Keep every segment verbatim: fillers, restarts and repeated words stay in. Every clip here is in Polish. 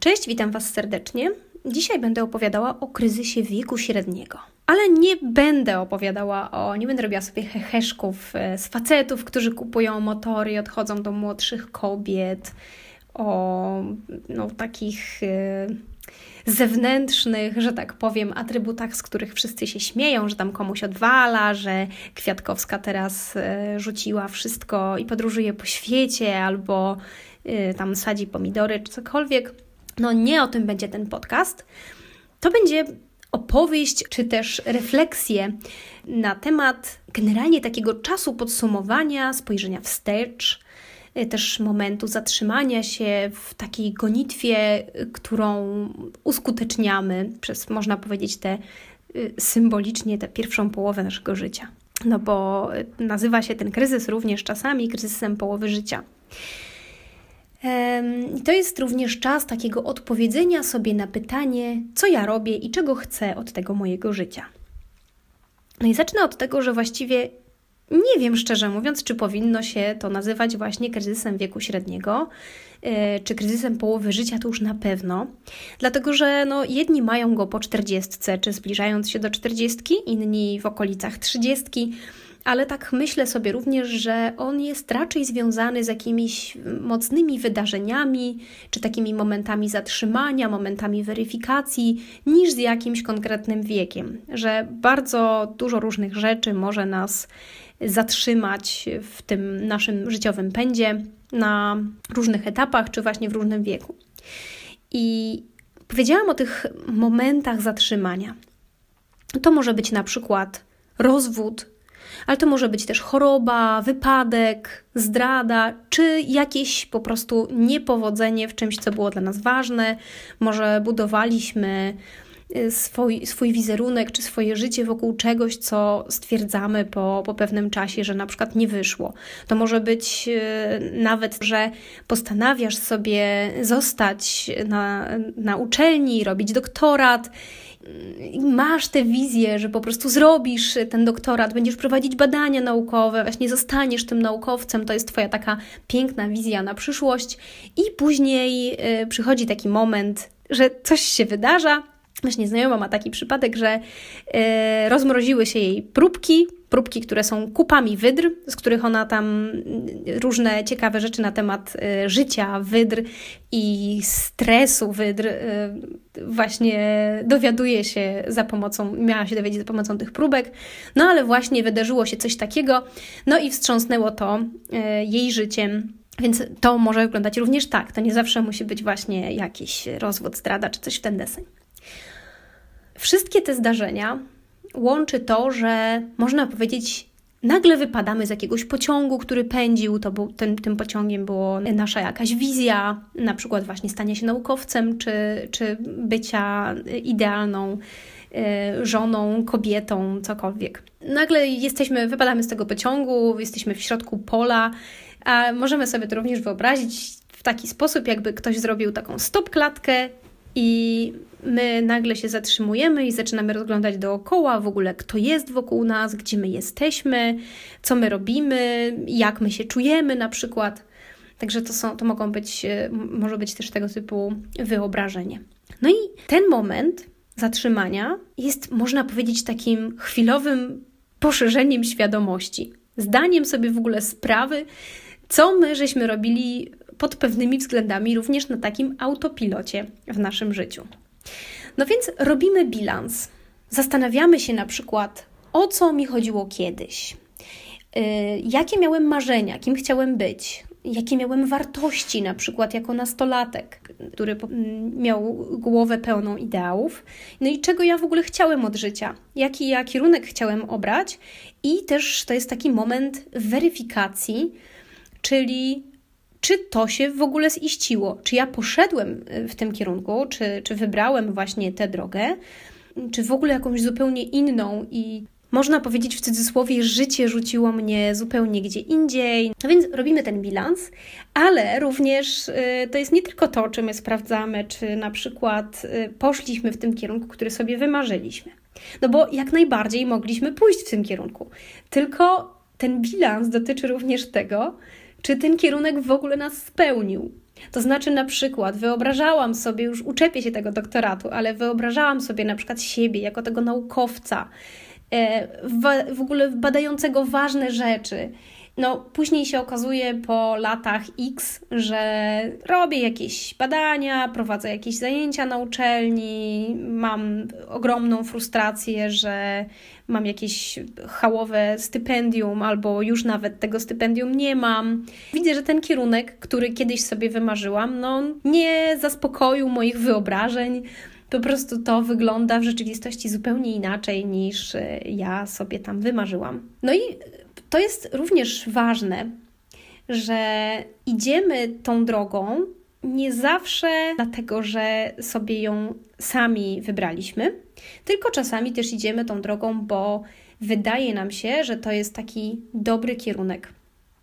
Cześć, witam Was serdecznie. Dzisiaj będę opowiadała o kryzysie wieku średniego. Ale nie będę opowiadała o, nie będę robiła sobie heheszków z facetów, którzy kupują motory i odchodzą do młodszych kobiet, o no, takich y, zewnętrznych, że tak powiem, atrybutach, z których wszyscy się śmieją, że tam komuś odwala, że Kwiatkowska teraz y, rzuciła wszystko i podróżuje po świecie, albo y, tam sadzi pomidory, czy cokolwiek. No nie o tym będzie ten podcast. To będzie opowieść, czy też refleksje na temat generalnie takiego czasu podsumowania, spojrzenia wstecz, też momentu zatrzymania się w takiej gonitwie, którą uskuteczniamy przez, można powiedzieć, te symbolicznie tę pierwszą połowę naszego życia. No bo nazywa się ten kryzys również czasami kryzysem połowy życia. I to jest również czas takiego odpowiedzenia sobie na pytanie, co ja robię i czego chcę od tego mojego życia. No i zacznę od tego, że właściwie nie wiem, szczerze mówiąc, czy powinno się to nazywać właśnie kryzysem wieku średniego, czy kryzysem połowy życia, to już na pewno. Dlatego, że no, jedni mają go po czterdziestce, czy zbliżając się do czterdziestki, inni w okolicach trzydziestki, ale tak myślę sobie również, że on jest raczej związany z jakimiś mocnymi wydarzeniami, czy takimi momentami zatrzymania, momentami weryfikacji, niż z jakimś konkretnym wiekiem. Że bardzo dużo różnych rzeczy może nas zatrzymać w tym naszym życiowym pędzie na różnych etapach, czy właśnie w różnym wieku. I powiedziałam o tych momentach zatrzymania. To może być na przykład rozwód, ale to może być też choroba, wypadek, zdrada, czy jakieś po prostu niepowodzenie w czymś, co było dla nas ważne. Może budowaliśmy swój, swój wizerunek, czy swoje życie wokół czegoś, co stwierdzamy po, po pewnym czasie, że na przykład nie wyszło. To może być nawet, że postanawiasz sobie zostać na, na uczelni, robić doktorat, masz tę wizję, że po prostu zrobisz ten doktorat, będziesz prowadzić badania naukowe, właśnie zostaniesz tym naukowcem, to jest Twoja taka piękna wizja na przyszłość i później y, przychodzi taki moment, że coś się wydarza. Właśnie znajoma ma taki przypadek, że y, rozmroziły się jej próbki, próbki, które są kupami wydr, z których ona tam różne ciekawe rzeczy na temat y, życia wydr i stresu wydr y, właśnie dowiaduje się za pomocą, miała się dowiedzieć za pomocą tych próbek, no ale właśnie wydarzyło się coś takiego, no i wstrząsnęło to y, jej życiem. Więc to może wyglądać również tak, to nie zawsze musi być właśnie jakiś rozwód, zdrada czy coś w ten deseń. Wszystkie te zdarzenia łączy to, że można powiedzieć, nagle wypadamy z jakiegoś pociągu, który pędził, to był, tym, tym pociągiem była nasza jakaś wizja, na przykład właśnie stania się naukowcem, czy, czy bycia idealną y, żoną, kobietą, cokolwiek. Nagle jesteśmy, wypadamy z tego pociągu, jesteśmy w środku pola, a możemy sobie to również wyobrazić w taki sposób, jakby ktoś zrobił taką stop-klatkę i my nagle się zatrzymujemy i zaczynamy rozglądać dookoła, w ogóle kto jest wokół nas, gdzie my jesteśmy, co my robimy, jak my się czujemy na przykład. Także to, są, to mogą być, może być też tego typu wyobrażenie. No i ten moment zatrzymania jest, można powiedzieć, takim chwilowym poszerzeniem świadomości. Zdaniem sobie w ogóle sprawy, co my żeśmy robili pod pewnymi względami również na takim autopilocie w naszym życiu. No więc robimy bilans. Zastanawiamy się na przykład, o co mi chodziło kiedyś, yy, jakie miałem marzenia, kim chciałem być, jakie miałem wartości, na przykład jako nastolatek, który miał głowę pełną ideałów, no i czego ja w ogóle chciałem od życia, jaki ja kierunek chciałem obrać i też to jest taki moment weryfikacji, czyli czy to się w ogóle ziściło, czy ja poszedłem w tym kierunku, czy, czy wybrałem właśnie tę drogę, czy w ogóle jakąś zupełnie inną i można powiedzieć w cudzysłowie, życie rzuciło mnie zupełnie gdzie indziej. No więc robimy ten bilans, ale również y, to jest nie tylko to, czy my sprawdzamy, czy na przykład y, poszliśmy w tym kierunku, który sobie wymarzyliśmy. No bo jak najbardziej mogliśmy pójść w tym kierunku, tylko ten bilans dotyczy również tego, czy ten kierunek w ogóle nas spełnił. To znaczy na przykład wyobrażałam sobie, już uczepię się tego doktoratu, ale wyobrażałam sobie na przykład siebie jako tego naukowca, w, w ogóle badającego ważne rzeczy. No, później się okazuje po latach X, że robię jakieś badania, prowadzę jakieś zajęcia na uczelni, mam ogromną frustrację, że mam jakieś hałowe stypendium albo już nawet tego stypendium nie mam. Widzę, że ten kierunek, który kiedyś sobie wymarzyłam, no nie zaspokoił moich wyobrażeń. Po prostu to wygląda w rzeczywistości zupełnie inaczej niż ja sobie tam wymarzyłam. No i to jest również ważne, że idziemy tą drogą nie zawsze dlatego, że sobie ją sami wybraliśmy, tylko czasami też idziemy tą drogą, bo wydaje nam się, że to jest taki dobry kierunek.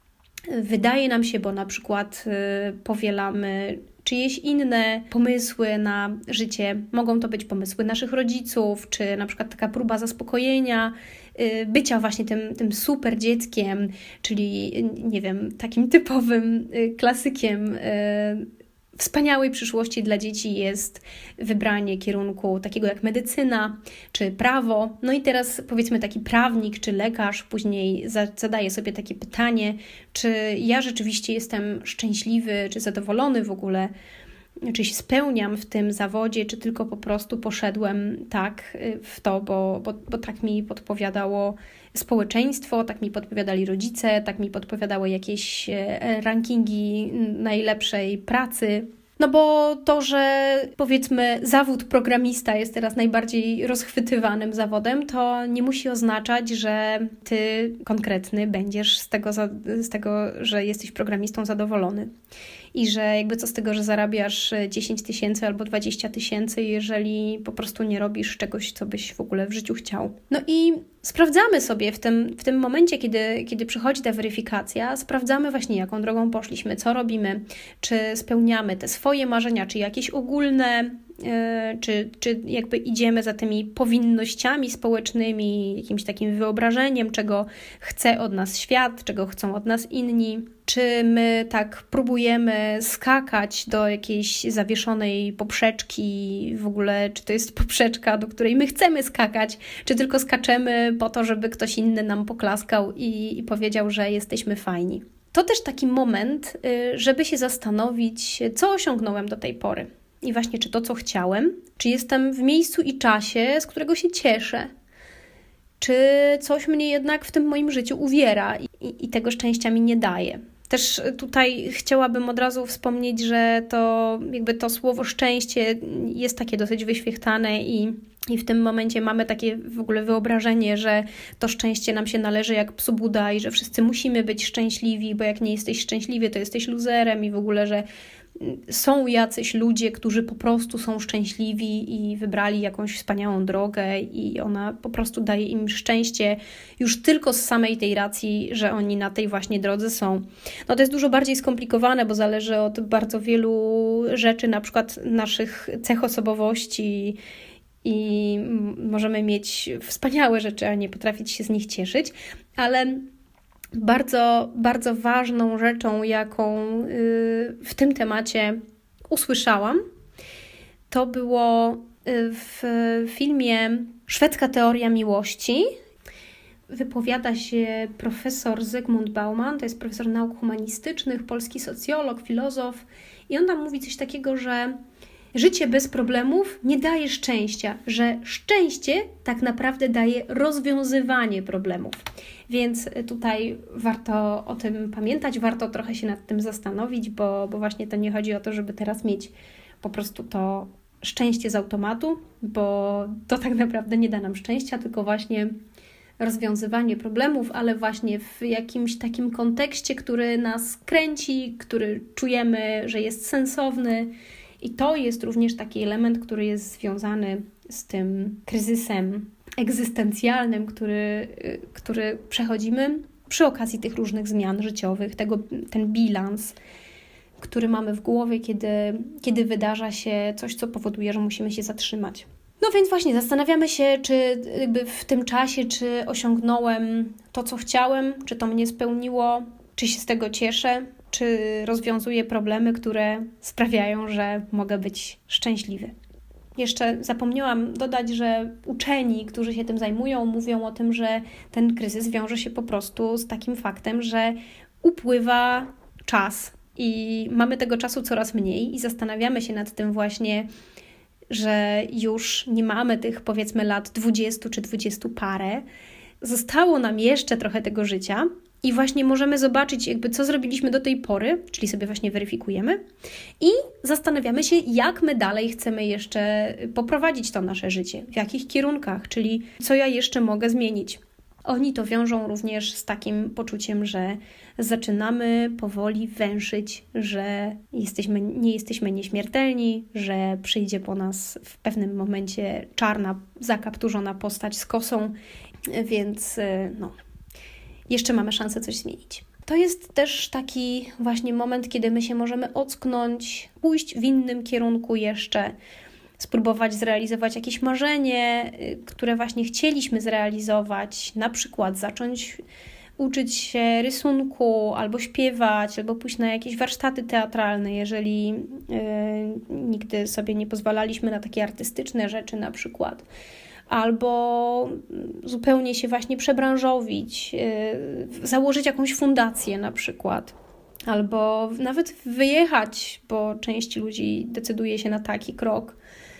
Wydaje nam się, bo na przykład powielamy czyjeś inne pomysły na życie. Mogą to być pomysły naszych rodziców, czy na przykład taka próba zaspokojenia, bycia właśnie tym, tym super dzieckiem, czyli nie wiem, takim typowym klasykiem wspaniałej przyszłości dla dzieci jest wybranie kierunku takiego jak medycyna czy prawo. No i teraz powiedzmy taki prawnik czy lekarz później zadaje sobie takie pytanie, czy ja rzeczywiście jestem szczęśliwy, czy zadowolony w ogóle, czy się spełniam w tym zawodzie, czy tylko po prostu poszedłem tak w to, bo, bo, bo tak mi podpowiadało społeczeństwo, tak mi podpowiadali rodzice, tak mi podpowiadały jakieś rankingi najlepszej pracy. No bo to, że powiedzmy zawód programista jest teraz najbardziej rozchwytywanym zawodem, to nie musi oznaczać, że ty konkretny będziesz z tego, z tego, że jesteś programistą zadowolony. I że jakby co z tego, że zarabiasz dziesięć tysięcy albo dwadzieścia tysięcy, jeżeli po prostu nie robisz czegoś, co byś w ogóle w życiu chciał. No i sprawdzamy sobie w tym, w tym momencie, kiedy, kiedy przychodzi ta weryfikacja, sprawdzamy właśnie, jaką drogą poszliśmy, co robimy, czy spełniamy te swoje marzenia, czy jakieś ogólne, yy, czy, czy jakby idziemy za tymi powinnościami społecznymi, jakimś takim wyobrażeniem, czego chce od nas świat, czego chcą od nas inni. Czy my tak próbujemy skakać do jakiejś zawieszonej poprzeczki, w ogóle czy to jest poprzeczka, do której my chcemy skakać, czy tylko skaczemy po to, żeby ktoś inny nam poklaskał i, i powiedział, że jesteśmy fajni. To też taki moment, żeby się zastanowić, co osiągnąłem do tej pory. I właśnie czy to, co chciałem, czy jestem w miejscu i czasie, z którego się cieszę, czy coś mnie jednak w tym moim życiu uwiera i, i tego szczęścia mi nie daje. Też tutaj chciałabym od razu wspomnieć, że to jakby to słowo szczęście jest takie dosyć wyświechtane i, i w tym momencie mamy takie w ogóle wyobrażenie, że to szczęście nam się należy jak psu Buda i że wszyscy musimy być szczęśliwi, bo jak nie jesteś szczęśliwy, to jesteś luzerem i w ogóle, że są jacyś ludzie, którzy po prostu są szczęśliwi i wybrali jakąś wspaniałą drogę i ona po prostu daje im szczęście już tylko z samej tej racji, że oni na tej właśnie drodze są. No to jest dużo bardziej skomplikowane, bo zależy od bardzo wielu rzeczy, na przykład naszych cech osobowości i możemy mieć wspaniałe rzeczy, a nie potrafić się z nich cieszyć, ale Bardzo, bardzo ważną rzeczą, jaką w tym temacie usłyszałam, to było w filmie Szwedzka teoria miłości. Wypowiada się profesor Zygmunt Bauman, to jest profesor nauk humanistycznych, polski socjolog, filozof i on tam mówi coś takiego, że życie bez problemów nie daje szczęścia, że szczęście tak naprawdę daje rozwiązywanie problemów. Więc tutaj warto o tym pamiętać, warto trochę się nad tym zastanowić, bo, bo właśnie to nie chodzi o to, żeby teraz mieć po prostu to szczęście z automatu, bo to tak naprawdę nie da nam szczęścia, tylko właśnie rozwiązywanie problemów, ale właśnie w jakimś takim kontekście, który nas kręci, który czujemy, że jest sensowny. I to jest również taki element, który jest związany z tym kryzysem egzystencjalnym, który, który przechodzimy przy okazji tych różnych zmian życiowych, tego, ten bilans, który mamy w głowie, kiedy, kiedy wydarza się coś, co powoduje, że musimy się zatrzymać. No więc właśnie zastanawiamy się, czy jakby w tym czasie, czy osiągnąłem to, co chciałem, czy to mnie spełniło, czy się z tego cieszę. czy rozwiązuję problemy, które sprawiają, że mogę być szczęśliwy. Jeszcze zapomniałam dodać, że uczeni, którzy się tym zajmują, mówią o tym, że ten kryzys wiąże się po prostu z takim faktem, że upływa czas i mamy tego czasu coraz mniej i zastanawiamy się nad tym właśnie, że już nie mamy tych, powiedzmy, lat dwudziestu czy dwudziestu parę. Zostało nam jeszcze trochę tego życia i właśnie możemy zobaczyć, jakby co zrobiliśmy do tej pory, czyli sobie właśnie weryfikujemy i zastanawiamy się, jak my dalej chcemy jeszcze poprowadzić to nasze życie, w jakich kierunkach, czyli co ja jeszcze mogę zmienić. Oni to wiążą również z takim poczuciem, że zaczynamy powoli węszyć, że jesteśmy, nie jesteśmy nieśmiertelni, że przyjdzie po nas w pewnym momencie czarna, zakapturzona postać z kosą, więc no, jeszcze mamy szansę coś zmienić. To jest też taki właśnie moment, kiedy my się możemy ocknąć, pójść w innym kierunku jeszcze, spróbować zrealizować jakieś marzenie, które właśnie chcieliśmy zrealizować, na przykład zacząć uczyć się rysunku, albo śpiewać, albo pójść na jakieś warsztaty teatralne, jeżeli yy, nigdy sobie nie pozwalaliśmy na takie artystyczne rzeczy na przykład. Albo zupełnie się właśnie przebranżowić, yy, założyć jakąś fundację na przykład. Albo nawet wyjechać, bo część ludzi decyduje się na taki krok.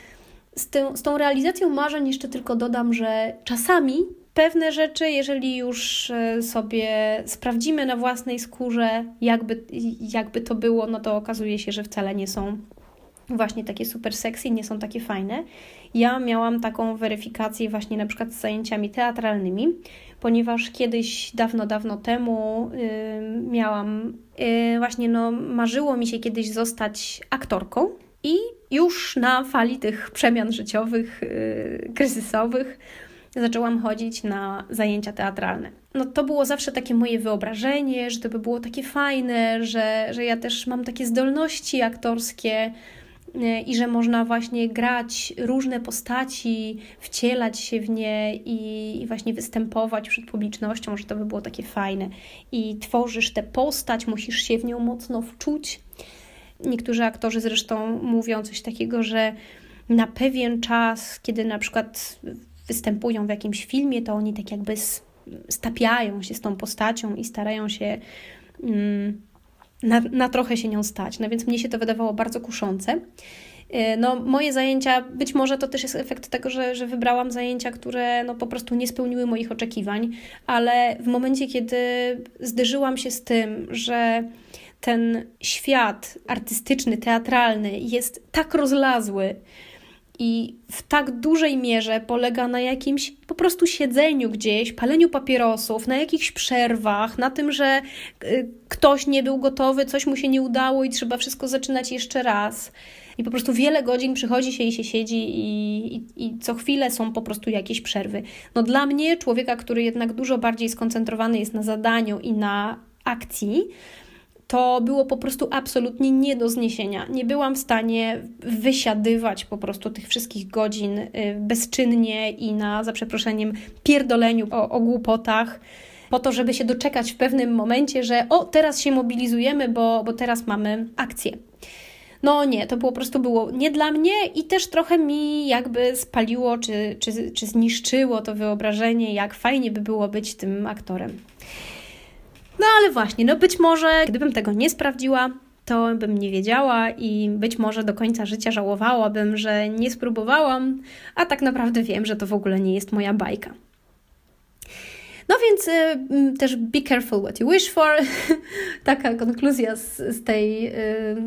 Z, tą, z tą realizacją marzeń jeszcze tylko dodam, że czasami pewne rzeczy, jeżeli już sobie sprawdzimy na własnej skórze, jakby, jakby to było, no to okazuje się, że wcale nie są właśnie takie super sexy, nie są takie fajne. Ja miałam taką weryfikację właśnie na przykład z zajęciami teatralnymi, ponieważ kiedyś, dawno, dawno temu yy, miałam, yy, właśnie no marzyło mi się kiedyś zostać aktorką i już na fali tych przemian życiowych, yy, kryzysowych zaczęłam chodzić na zajęcia teatralne. No to było zawsze takie moje wyobrażenie, że to by było takie fajne, że, że ja też mam takie zdolności aktorskie i że można właśnie grać różne postaci, wcielać się w nie i, i właśnie występować przed publicznością, że to by było takie fajne. I tworzysz tę postać, musisz się w nią mocno wczuć. Niektórzy aktorzy zresztą mówią coś takiego, że na pewien czas, kiedy na przykład występują w jakimś filmie, to oni tak jakby stapiają się z tą postacią i starają się mm, na, na trochę się nią stać. No więc mnie się to wydawało bardzo kuszące. No, moje zajęcia, być może to też jest efekt tego, że, że wybrałam zajęcia, które no, po prostu nie spełniły moich oczekiwań, ale w momencie, kiedy zderzyłam się z tym, że ten świat artystyczny, teatralny jest tak rozlazły, i w tak dużej mierze polega na jakimś po prostu siedzeniu gdzieś, paleniu papierosów, na jakichś przerwach, na tym, że ktoś nie był gotowy, coś mu się nie udało i trzeba wszystko zaczynać jeszcze raz. I po prostu wiele godzin przychodzi się i się siedzi i, i, i co chwilę są po prostu jakieś przerwy. No dla mnie, człowieka, który jednak dużo bardziej skoncentrowany jest na zadaniu i na akcji, to było po prostu absolutnie nie do zniesienia. Nie byłam w stanie wysiadywać po prostu tych wszystkich godzin bezczynnie i na, za przeproszeniem, pierdoleniu o, o głupotach, po to, żeby się doczekać w pewnym momencie, że o, teraz się mobilizujemy, bo, bo teraz mamy akcję. No nie, to po prostu było nie dla mnie i też trochę mi jakby spaliło, czy, czy, czy zniszczyło to wyobrażenie, jak fajnie by było być tym aktorem. No ale właśnie, no być może gdybym tego nie sprawdziła, to bym nie wiedziała i być może do końca życia żałowałabym, że nie spróbowałam, a tak naprawdę wiem, że to w ogóle nie jest moja bajka. No więc y, też be careful what you wish for. Taka konkluzja z, z, tej, y,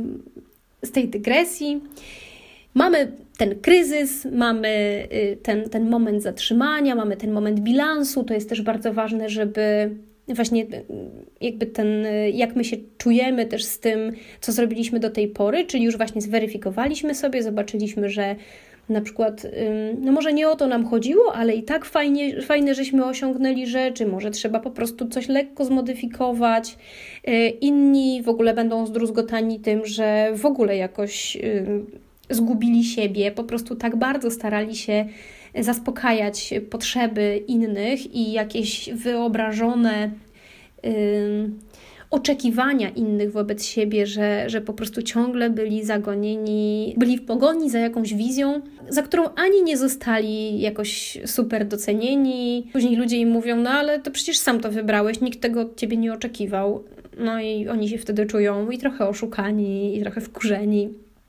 z tej dygresji. Mamy ten kryzys, mamy y, ten, ten moment zatrzymania, mamy ten moment bilansu. To jest też bardzo ważne, żeby właśnie jakby ten, jak my się czujemy też z tym, co zrobiliśmy do tej pory, czyli już właśnie zweryfikowaliśmy sobie, zobaczyliśmy, że na przykład, no może nie o to nam chodziło, ale i tak fajnie, fajne, żeśmy osiągnęli rzeczy, może trzeba po prostu coś lekko zmodyfikować. Inni w ogóle będą zdruzgotani tym, że w ogóle jakoś zgubili siebie, po prostu tak bardzo starali się zaspokajać potrzeby innych i jakieś wyobrażone yy, oczekiwania innych wobec siebie, że, że po prostu ciągle byli zagonieni, byli w pogoni za jakąś wizją, za którą ani nie zostali jakoś super docenieni. Później ludzie im mówią, no ale to przecież sam to wybrałeś, nikt tego od ciebie nie oczekiwał. No i oni się wtedy czują i trochę oszukani, i trochę wkurzeni.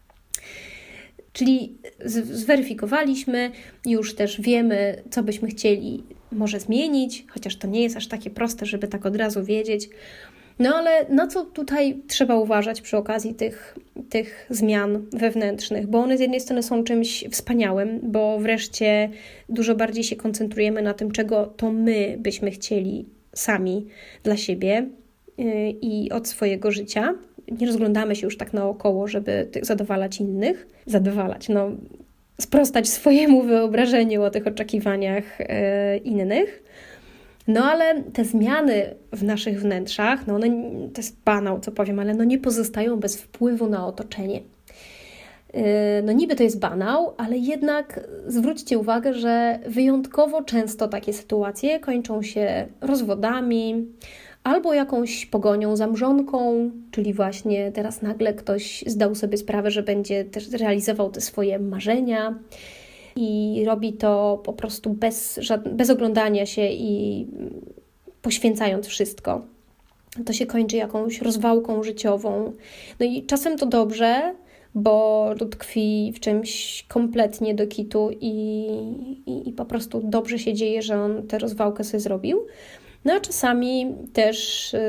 Czyli zweryfikowaliśmy, już też wiemy, co byśmy chcieli może zmienić, chociaż to nie jest aż takie proste, żeby tak od razu wiedzieć. No ale na co tutaj trzeba uważać przy okazji tych, tych zmian wewnętrznych? Bo one z jednej strony są czymś wspaniałym, bo wreszcie dużo bardziej się koncentrujemy na tym, czego to my byśmy chcieli sami dla siebie i od swojego życia. Nie rozglądamy się już tak naokoło, żeby zadowalać innych. Zadowalać, no sprostać swojemu wyobrażeniu o tych oczekiwaniach e, innych. No ale te zmiany w naszych wnętrzach, no one, to jest banał, co powiem, ale no nie pozostają bez wpływu na otoczenie. E, no niby to jest banał, ale jednak zwróćcie uwagę, że wyjątkowo często takie sytuacje kończą się rozwodami, albo jakąś pogonią za mrzonką, czyli właśnie teraz nagle ktoś zdał sobie sprawę, że będzie też realizował te swoje marzenia i robi to po prostu bez, bez oglądania się i poświęcając wszystko. To się kończy jakąś rozwałką życiową. No i czasem to dobrze, bo to tkwi w czymś kompletnie do kitu i, i, i po prostu dobrze się dzieje, że on tę rozwałkę sobie zrobił. No a czasami też y,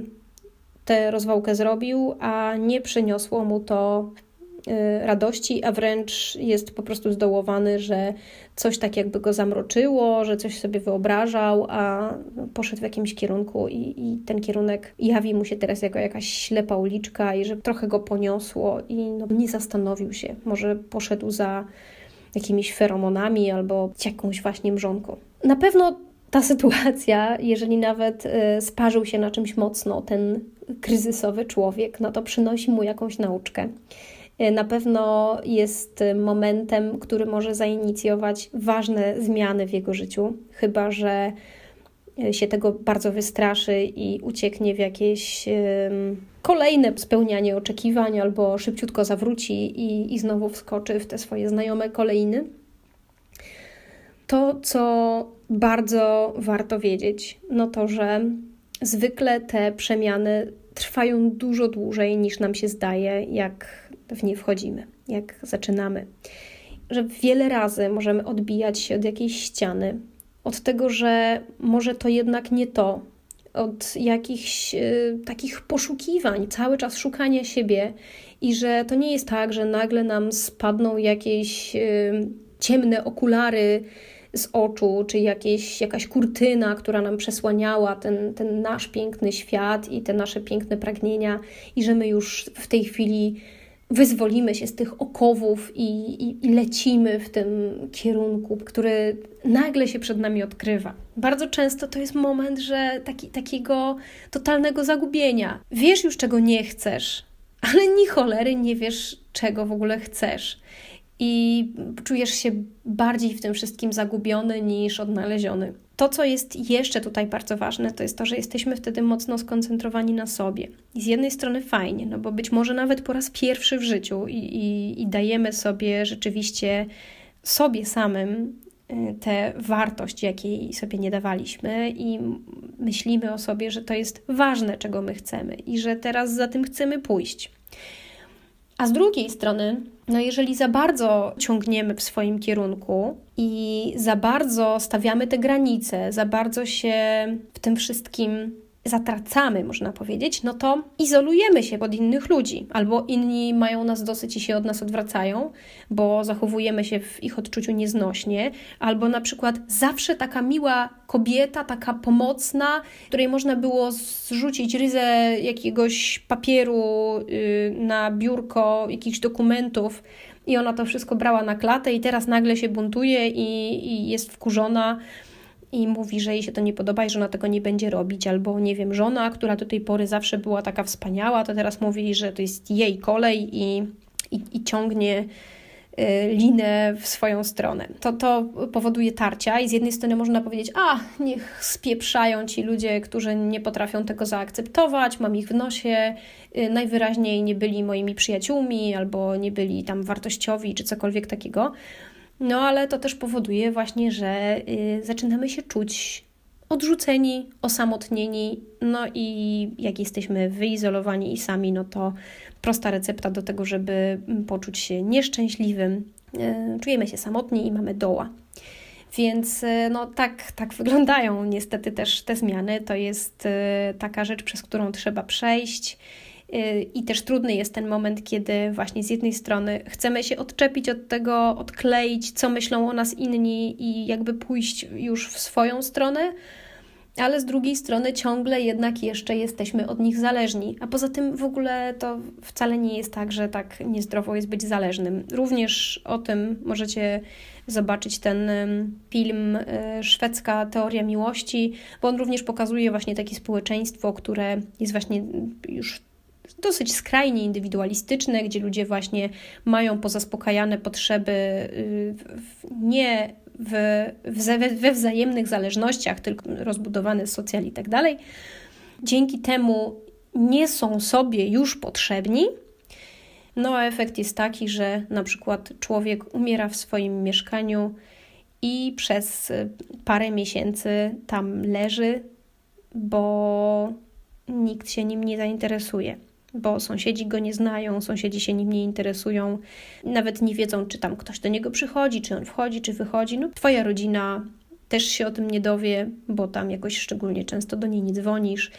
tę rozwałkę zrobił, a nie przyniosło mu to y, radości, a wręcz jest po prostu zdołowany, że coś tak jakby go zamroczyło, że coś sobie wyobrażał, a poszedł w jakimś kierunku i, i ten kierunek jawi mu się teraz jako jakaś ślepa uliczka i że trochę go poniosło i no, nie zastanowił się. Może poszedł za jakimiś feromonami albo jakąś właśnie mrzonką. Na pewno ta sytuacja, jeżeli nawet y, sparzył się na czymś mocno ten kryzysowy człowiek, no to przynosi mu jakąś nauczkę. Y, na pewno jest momentem, który może zainicjować ważne zmiany w jego życiu, chyba że się tego bardzo wystraszy i ucieknie w jakieś y, kolejne spełnianie oczekiwań albo szybciutko zawróci i, i znowu wskoczy w te swoje znajome kolejny. To, co bardzo warto wiedzieć, no to, że zwykle te przemiany trwają dużo dłużej niż nam się zdaje, jak w nie wchodzimy, jak zaczynamy. Że wiele razy możemy odbijać się od jakiejś ściany, od tego, że może to jednak nie to, od jakichś y, takich poszukiwań, cały czas szukania siebie i że to nie jest tak, że nagle nam spadną jakieś y, ciemne okulary z oczu, czy jakieś, jakaś kurtyna, która nam przesłaniała ten, ten nasz piękny świat i te nasze piękne pragnienia i że my już w tej chwili wyzwolimy się z tych okowów i, i, i lecimy w tym kierunku, który nagle się przed nami odkrywa. Bardzo często to jest moment, że taki, takiego totalnego zagubienia. Wiesz już, czego nie chcesz, ale ni cholery nie wiesz, czego w ogóle chcesz. I czujesz się bardziej w tym wszystkim zagubiony niż odnaleziony. To, co jest jeszcze tutaj bardzo ważne, to jest to, że jesteśmy wtedy mocno skoncentrowani na sobie. I z jednej strony fajnie, no bo być może nawet po raz pierwszy w życiu i, i, i dajemy sobie rzeczywiście sobie samym tę wartość, jakiej sobie nie dawaliśmy i myślimy o sobie, że to jest ważne, czego my chcemy i że teraz za tym chcemy pójść. A z drugiej strony, no jeżeli za bardzo ciągniemy w swoim kierunku i za bardzo stawiamy te granice, za bardzo się w tym wszystkim zatracamy, można powiedzieć, no to izolujemy się od innych ludzi. Albo inni mają nas dosyć i się od nas odwracają, bo zachowujemy się w ich odczuciu nieznośnie. Albo na przykład zawsze taka miła kobieta, taka pomocna, której można było zrzucić ryzę jakiegoś papieru yy, na biurko, jakichś dokumentów i ona to wszystko brała na klatę i teraz nagle się buntuje i, i jest wkurzona i mówi, że jej się to nie podoba i że ona tego nie będzie robić. Albo, nie wiem, żona, która do tej pory zawsze była taka wspaniała, to teraz mówi, że to jest jej kolej i, i, i ciągnie linę w swoją stronę. To, to powoduje tarcia i z jednej strony można powiedzieć, a niech spieprzają ci ludzie, którzy nie potrafią tego zaakceptować, mam ich w nosie, najwyraźniej nie byli moimi przyjaciółmi albo nie byli tam wartościowi czy cokolwiek takiego. No ale to też powoduje właśnie, że zaczynamy się czuć odrzuceni, osamotnieni, no i jak jesteśmy wyizolowani i sami, no to prosta recepta do tego, żeby poczuć się nieszczęśliwym. Czujemy się samotni i mamy doła. Więc no tak, tak wyglądają niestety też te zmiany. To jest taka rzecz, przez którą trzeba przejść. I też trudny jest ten moment, kiedy właśnie z jednej strony chcemy się odczepić od tego, odkleić, co myślą o nas inni i jakby pójść już w swoją stronę, ale z drugiej strony ciągle jednak jeszcze jesteśmy od nich zależni. A poza tym w ogóle to wcale nie jest tak, że tak niezdrowo jest być zależnym. Również o tym możecie zobaczyć ten film Szwedzka teoria miłości, bo on również pokazuje właśnie takie społeczeństwo, które jest właśnie już dosyć skrajnie indywidualistyczne, gdzie ludzie właśnie mają pozaspokajane potrzeby nie w, w, we wzajemnych zależnościach, tylko rozbudowany socjal i tak dalej. Dzięki temu nie są sobie już potrzebni. No a efekt jest taki, że na przykład człowiek umiera w swoim mieszkaniu i przez parę miesięcy tam leży, bo nikt się nim nie zainteresuje. Bo sąsiedzi go nie znają, sąsiedzi się nim nie interesują, nawet nie wiedzą, czy tam ktoś do niego przychodzi, czy on wchodzi, czy wychodzi. No, twoja rodzina też się o tym nie dowie, bo tam jakoś szczególnie często do niej nie dzwonisz.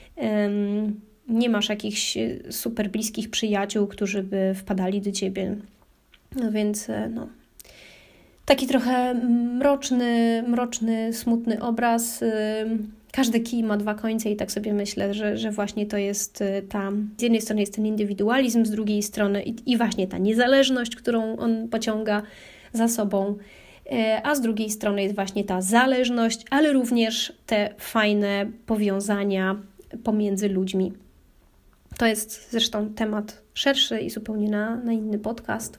Um, nie masz jakichś super bliskich przyjaciół, którzy by wpadali do ciebie. No więc no, taki trochę mroczny, mroczny, smutny obraz. Każdy kij ma dwa końce i tak sobie myślę, że, że właśnie to jest ta, z jednej strony jest ten indywidualizm, z drugiej strony i, i właśnie ta niezależność, którą on pociąga za sobą, a z drugiej strony jest właśnie ta zależność, ale również te fajne powiązania pomiędzy ludźmi. To jest zresztą temat szerszy i zupełnie na, na inny podcast.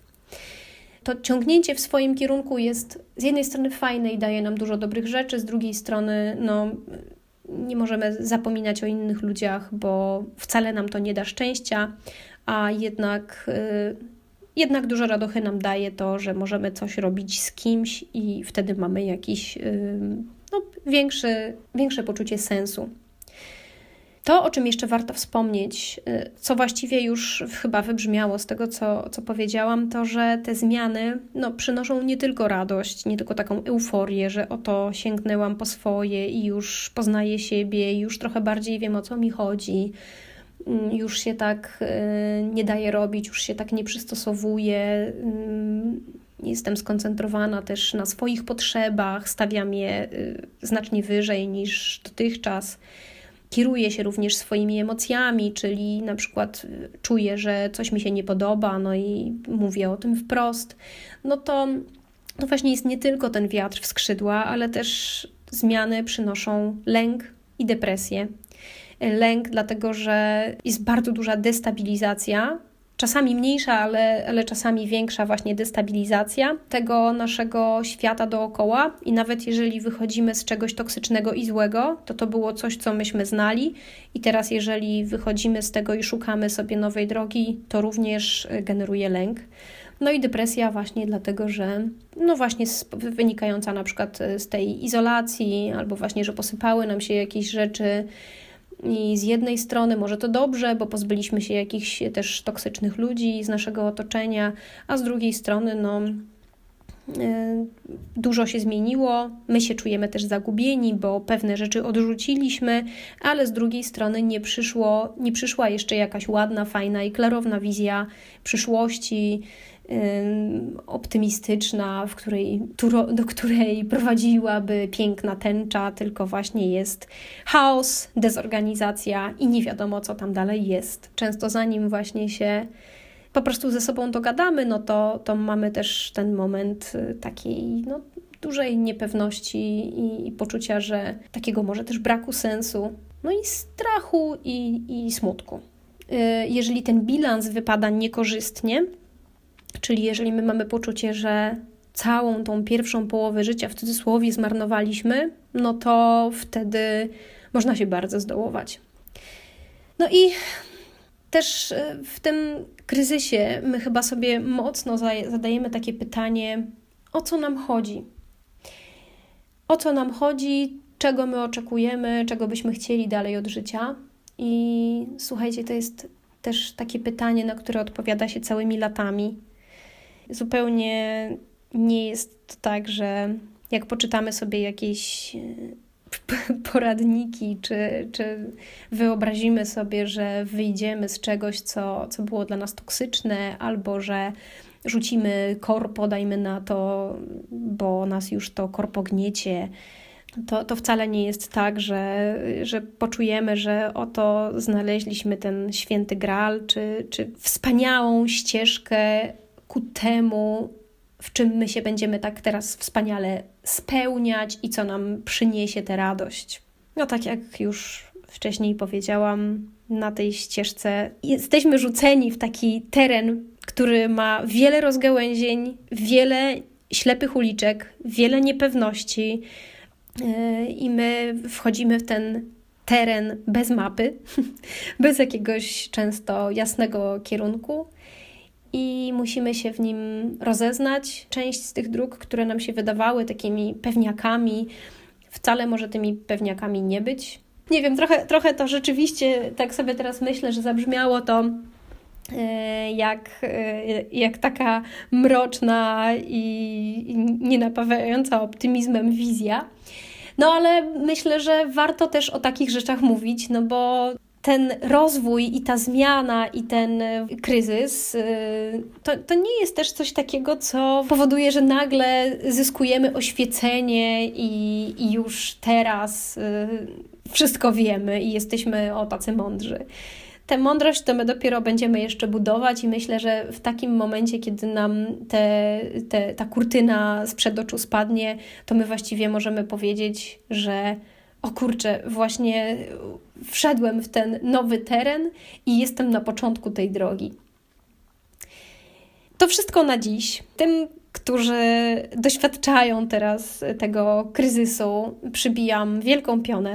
To ciągnięcie w swoim kierunku jest z jednej strony fajne i daje nam dużo dobrych rzeczy, z drugiej strony no, nie możemy zapominać o innych ludziach, bo wcale nam to nie da szczęścia, a jednak, yy, jednak dużo radochy nam daje to, że możemy coś robić z kimś i wtedy mamy jakiś yy, no, większy, większe poczucie sensu. To, o czym jeszcze warto wspomnieć, co właściwie już chyba wybrzmiało z tego, co, co powiedziałam, to, że te zmiany no, przynoszą nie tylko radość, nie tylko taką euforię, że oto sięgnęłam po swoje i już poznaję siebie, już trochę bardziej wiem, o co mi chodzi, już się tak nie daje robić, już się tak nie przystosowuję, jestem skoncentrowana też na swoich potrzebach, stawiam je znacznie wyżej niż dotychczas. Kieruję się również swoimi emocjami, czyli na przykład czuję, że coś mi się nie podoba, no i mówię o tym wprost. No to, to właśnie jest nie tylko ten wiatr w skrzydła, ale też zmiany przynoszą lęk i depresję. Lęk dlatego, że jest bardzo duża destabilizacja, czasami mniejsza, ale, ale czasami większa właśnie destabilizacja tego naszego świata dookoła i nawet jeżeli wychodzimy z czegoś toksycznego i złego, to to było coś, co myśmy znali i teraz jeżeli wychodzimy z tego i szukamy sobie nowej drogi, to również generuje lęk. No i depresja właśnie dlatego, że no właśnie wynikająca na przykład z tej izolacji albo właśnie, że posypały nam się jakieś rzeczy. I z jednej strony może to dobrze, bo pozbyliśmy się jakichś też toksycznych ludzi z naszego otoczenia, a z drugiej strony no, yy, dużo się zmieniło, my się czujemy też zagubieni, bo pewne rzeczy odrzuciliśmy, ale z drugiej strony nie przyszło, nie przyszła jeszcze jakaś ładna, fajna i klarowna wizja przyszłości, optymistyczna, w której, do której prowadziłaby piękna tęcza, tylko właśnie jest chaos, dezorganizacja i nie wiadomo, co tam dalej jest. Często zanim właśnie się po prostu ze sobą dogadamy, no to, to mamy też ten moment takiej no, dużej niepewności i, i poczucia, że takiego może też braku sensu, no i strachu i, i smutku. Jeżeli ten bilans wypada niekorzystnie, Czyli jeżeli my mamy poczucie, że całą tą pierwszą połowę życia w cudzysłowie zmarnowaliśmy, no to wtedy można się bardzo zdołować. No i też w tym kryzysie my chyba sobie mocno zadajemy takie pytanie, o co nam chodzi? O co nam chodzi, czego my oczekujemy, czego byśmy chcieli dalej od życia? I słuchajcie, to jest też takie pytanie, na które odpowiada się całymi latami. Zupełnie nie jest to tak, że jak poczytamy sobie jakieś poradniki, czy, czy wyobrazimy sobie, że wyjdziemy z czegoś, co, co było dla nas toksyczne, albo że rzucimy korpo, dajmy na to, bo nas już to korpo gniecie, to, to wcale nie jest tak, że, że poczujemy, że oto znaleźliśmy ten święty Graal, czy, czy wspaniałą ścieżkę ku temu, w czym my się będziemy tak teraz wspaniale spełniać i co nam przyniesie tę radość. No tak jak już wcześniej powiedziałam, na tej ścieżce jesteśmy rzuceni w taki teren, który ma wiele rozgałęzień, wiele ślepych uliczek, wiele niepewności i my wchodzimy w ten teren bez mapy, bez jakiegoś często jasnego kierunku. I musimy się w nim rozeznać. Część z tych dróg, które nam się wydawały takimi pewniakami, wcale może tymi pewniakami nie być. Nie wiem, trochę, trochę to rzeczywiście, tak sobie teraz myślę, że zabrzmiało to jak, jak taka mroczna i nienapawiająca optymizmem wizja. No ale myślę, że warto też o takich rzeczach mówić, no bo ten rozwój i ta zmiana i ten kryzys, to, to nie jest też coś takiego, co powoduje, że nagle zyskujemy oświecenie i, i już teraz wszystko wiemy i jesteśmy o tacy mądrzy. Tę mądrość to my dopiero będziemy jeszcze budować i myślę, że w takim momencie, kiedy nam te, te, ta kurtyna sprzed oczu spadnie, to my właściwie możemy powiedzieć, że o kurczę, właśnie wszedłem w ten nowy teren i jestem na początku tej drogi. To wszystko na dziś. Tym, którzy doświadczają teraz tego kryzysu, przybijam wielką pionę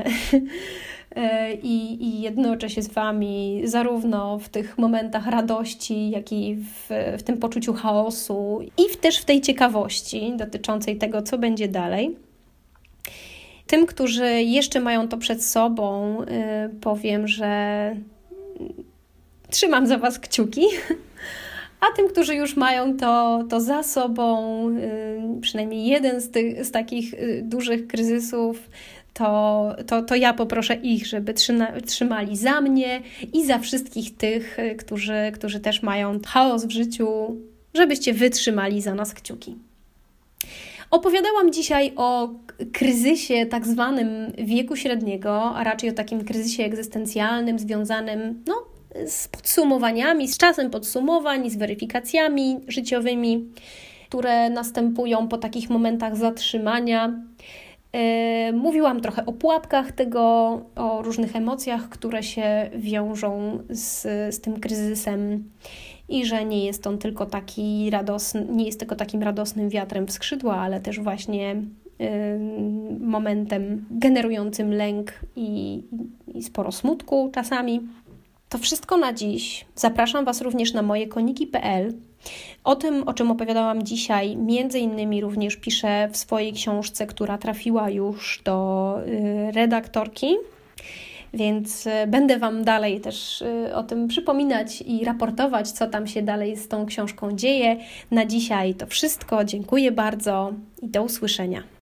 i, i jednoczę się z Wami zarówno w tych momentach radości, jak i w, w tym poczuciu chaosu i w, też w tej ciekawości dotyczącej tego, co będzie dalej. Tym, którzy jeszcze mają to przed sobą, powiem, że trzymam za Was kciuki, a tym, którzy już mają to, to za sobą, przynajmniej jeden z, tych, z takich dużych kryzysów, to, to, to ja poproszę ich, żeby trzymali za mnie i za wszystkich tych, którzy, którzy też mają chaos w życiu, żebyście wytrzymali za nas kciuki. Opowiadałam dzisiaj o kryzysie tak zwanym wieku średniego, a raczej o takim kryzysie egzystencjalnym związanym no, z podsumowaniami, z czasem podsumowań, z weryfikacjami życiowymi, które następują po takich momentach zatrzymania. Mówiłam trochę o pułapkach tego, o różnych emocjach, które się wiążą z, z tym kryzysem i że nie jest on tylko taki radosny, nie jest tylko takim radosnym wiatrem w skrzydła, ale też właśnie y, momentem generującym lęk i, i sporo smutku czasami. To wszystko na dziś. Zapraszam Was również na moje koniki kropka p l. O tym, o czym opowiadałam dzisiaj, między innymi również piszę w swojej książce, która trafiła już do y, redaktorki. Więc będę Wam dalej też o tym przypominać i raportować, co tam się dalej z tą książką dzieje. Na dzisiaj to wszystko. Dziękuję bardzo i do usłyszenia.